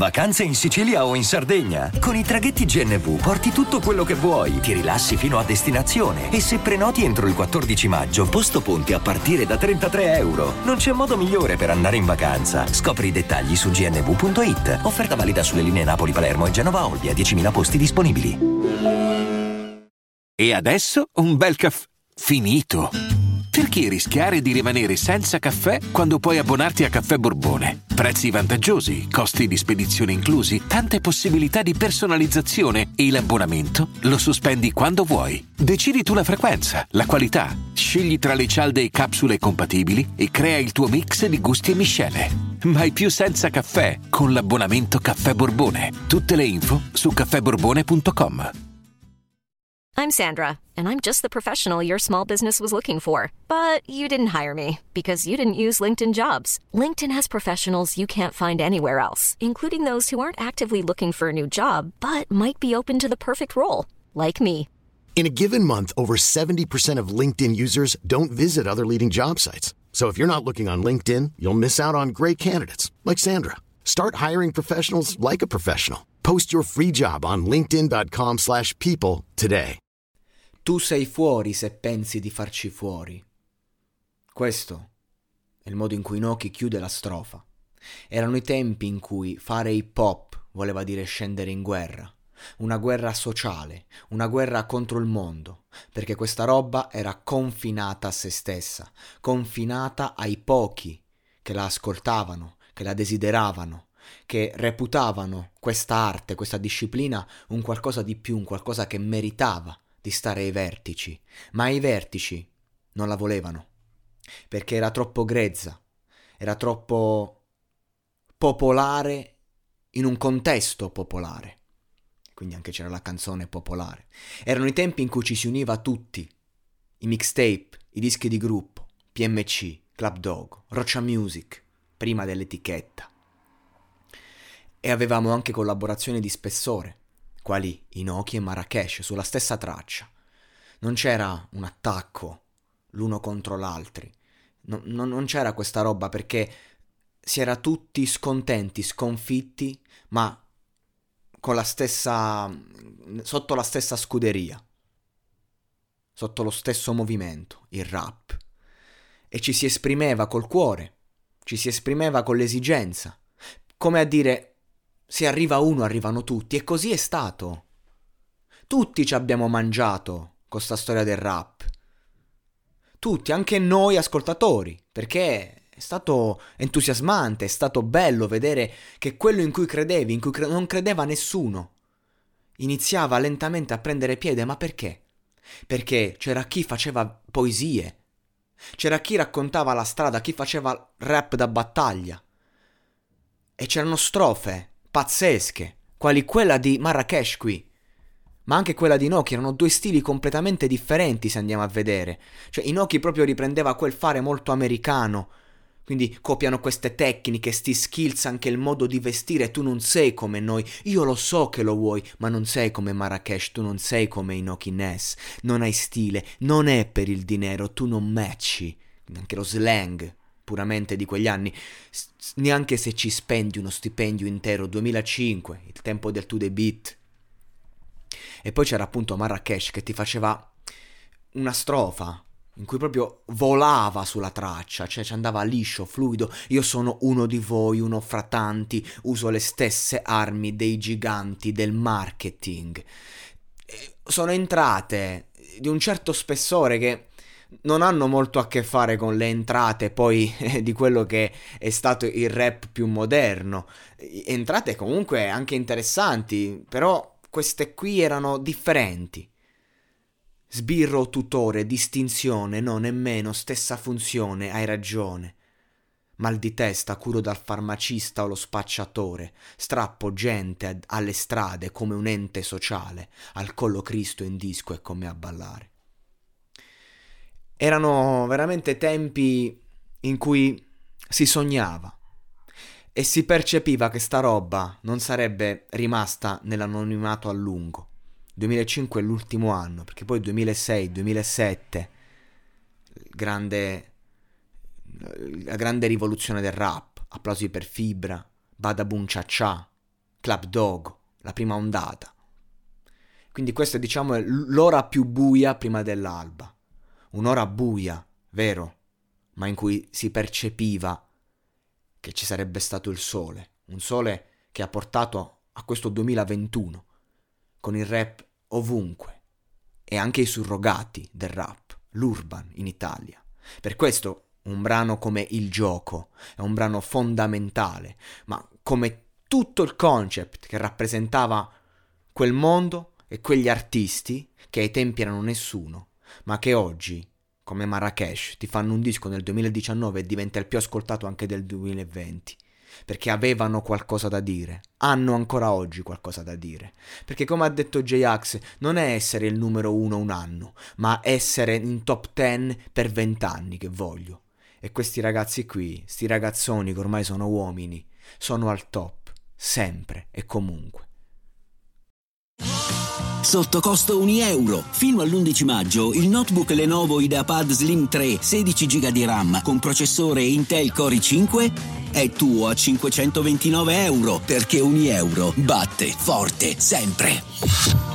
Vacanze in Sicilia o in Sardegna? Con i traghetti GNV porti tutto quello che vuoi, ti rilassi fino a destinazione e se prenoti entro il 14 maggio, posto ponti a partire da €33. Non c'è modo migliore per andare in vacanza. Scopri i dettagli su gnv.it. Offerta valida sulle linee Napoli-Palermo e Genova-Olbia, 10.000 posti disponibili. E adesso un bel caffè finito. Perché rischiare di rimanere senza caffè quando puoi abbonarti a Caffè Borbone? Prezzi vantaggiosi, costi di spedizione inclusi, tante possibilità di personalizzazione e l'abbonamento lo sospendi quando vuoi. Decidi tu la frequenza, la qualità, scegli tra le cialde e capsule compatibili e crea il tuo mix di gusti e miscele. Mai più senza caffè con l'abbonamento Caffè Borbone. Tutte le info su caffèborbone.com. I'm Sandra, and I'm just the professional your small business was looking for. But you didn't hire me because you didn't use LinkedIn Jobs. LinkedIn has professionals you can't find anywhere else, including those who aren't actively looking for a new job, but might be open to the perfect role, like me. In a given month, over 70% of LinkedIn users don't visit other leading job sites. So if you're not looking on LinkedIn, you'll miss out on great candidates like Sandra. Start hiring professionals like a professional. Post your free job on linkedin.com/people today. Tu sei fuori se pensi di farci fuori. Questo è il modo in cui Inoki chiude la strofa. Erano i tempi in cui fare hip hop voleva dire scendere in guerra. Una guerra sociale, una guerra contro il mondo, perché questa roba era confinata a se stessa, confinata ai pochi che la ascoltavano, che la desideravano, che reputavano questa arte, questa disciplina un qualcosa di più, un qualcosa che meritava di stare ai vertici, ma i vertici non la volevano, perché era troppo grezza, era troppo popolare in un contesto popolare. Quindi anche c'era la canzone popolare. Erano i tempi in cui ci si univa tutti, i mixtape, i dischi di gruppo, PMC, Club Dogo, Roccia Music, prima dell'etichetta. E avevamo anche collaborazioni di spessore, quali Inoki e Marrakesh sulla stessa traccia. Non c'era un attacco l'uno contro l'altro, non c'era questa roba perché si era tutti scontenti, sconfitti, ma con la stessa, sotto la stessa scuderia, sotto lo stesso movimento, il rap. E ci si esprimeva col cuore, ci si esprimeva con l'esigenza, come a dire: se arriva uno arrivano tutti, e così è stato. Tutti ci abbiamo mangiato con sta storia del rap. Tutti, anche noi ascoltatori, perché è stato entusiasmante, è stato bello vedere che quello in cui credevi, in cui non credeva nessuno, iniziava lentamente a prendere piede. Ma perché? Perché c'era chi faceva poesie, c'era chi raccontava la strada, chi faceva rap da battaglia, e c'erano strofe pazzesche, quali quella di Marrakesh qui, ma anche quella di Inoki. Erano due stili completamente differenti se andiamo a vedere. Cioè Inoki proprio riprendeva quel fare molto americano, quindi copiano queste tecniche, sti skills, anche il modo di vestire. Tu non sei come noi, io lo so che lo vuoi, ma non sei come Marrakesh, tu non sei come Inoki Ness, non hai stile, non è per il dinero, tu non matchi. Anche lo slang puramente di quegli anni, neanche se ci spendi uno stipendio intero. 2005, il tempo del To The Beat. E poi c'era appunto Marrakesh che ti faceva una strofa in cui proprio volava sulla traccia, cioè ci andava liscio, fluido. Io sono uno di voi, uno fra tanti, uso le stesse armi dei giganti del marketing. Sono entrate di un certo spessore che non hanno molto a che fare con le entrate poi di quello che è stato il rap più moderno. Entrate comunque anche interessanti, però queste qui erano differenti. Sbirro, tutore, distinzione, no, nemmeno, stessa funzione, hai ragione. Mal di testa, curo dal farmacista o lo spacciatore, strappo gente alle strade come un ente sociale, al collo Cristo in disco è come a ballare. Erano veramente tempi in cui si sognava e si percepiva che sta roba non sarebbe rimasta nell'anonimato a lungo. 2005 è l'ultimo anno, perché poi 2006-2007 la grande rivoluzione del rap, applausi per Fibra, Bada Boom Cia Cia, Club Dogo, la prima ondata. Quindi questa, diciamo, è l'ora più buia prima dell'alba. Un'ora buia, vero, ma in cui si percepiva che ci sarebbe stato il sole. Un sole che ha portato a questo 2021, con il rap ovunque, e anche i surrogati del rap, l'urban in Italia. Per questo un brano come Il Gioco è un brano fondamentale, ma come tutto il concept che rappresentava quel mondo e quegli artisti che ai tempi erano nessuno, ma che oggi, come Marrakesh, ti fanno un disco nel 2019 e diventa il più ascoltato anche del 2020, perché avevano qualcosa da dire, hanno ancora oggi qualcosa da dire, perché come ha detto J-Ax, non è essere il numero 1 un anno, ma essere in top 10 per 20 anni che voglio. E questi ragazzi qui, sti ragazzoni che ormai sono uomini, sono al top, sempre e comunque. Sotto costo €1. Fino all'11 maggio il notebook Lenovo IdeaPad Slim 3 16 GB di RAM con processore Intel Core i5 è tuo a €529, perché €1 batte forte sempre.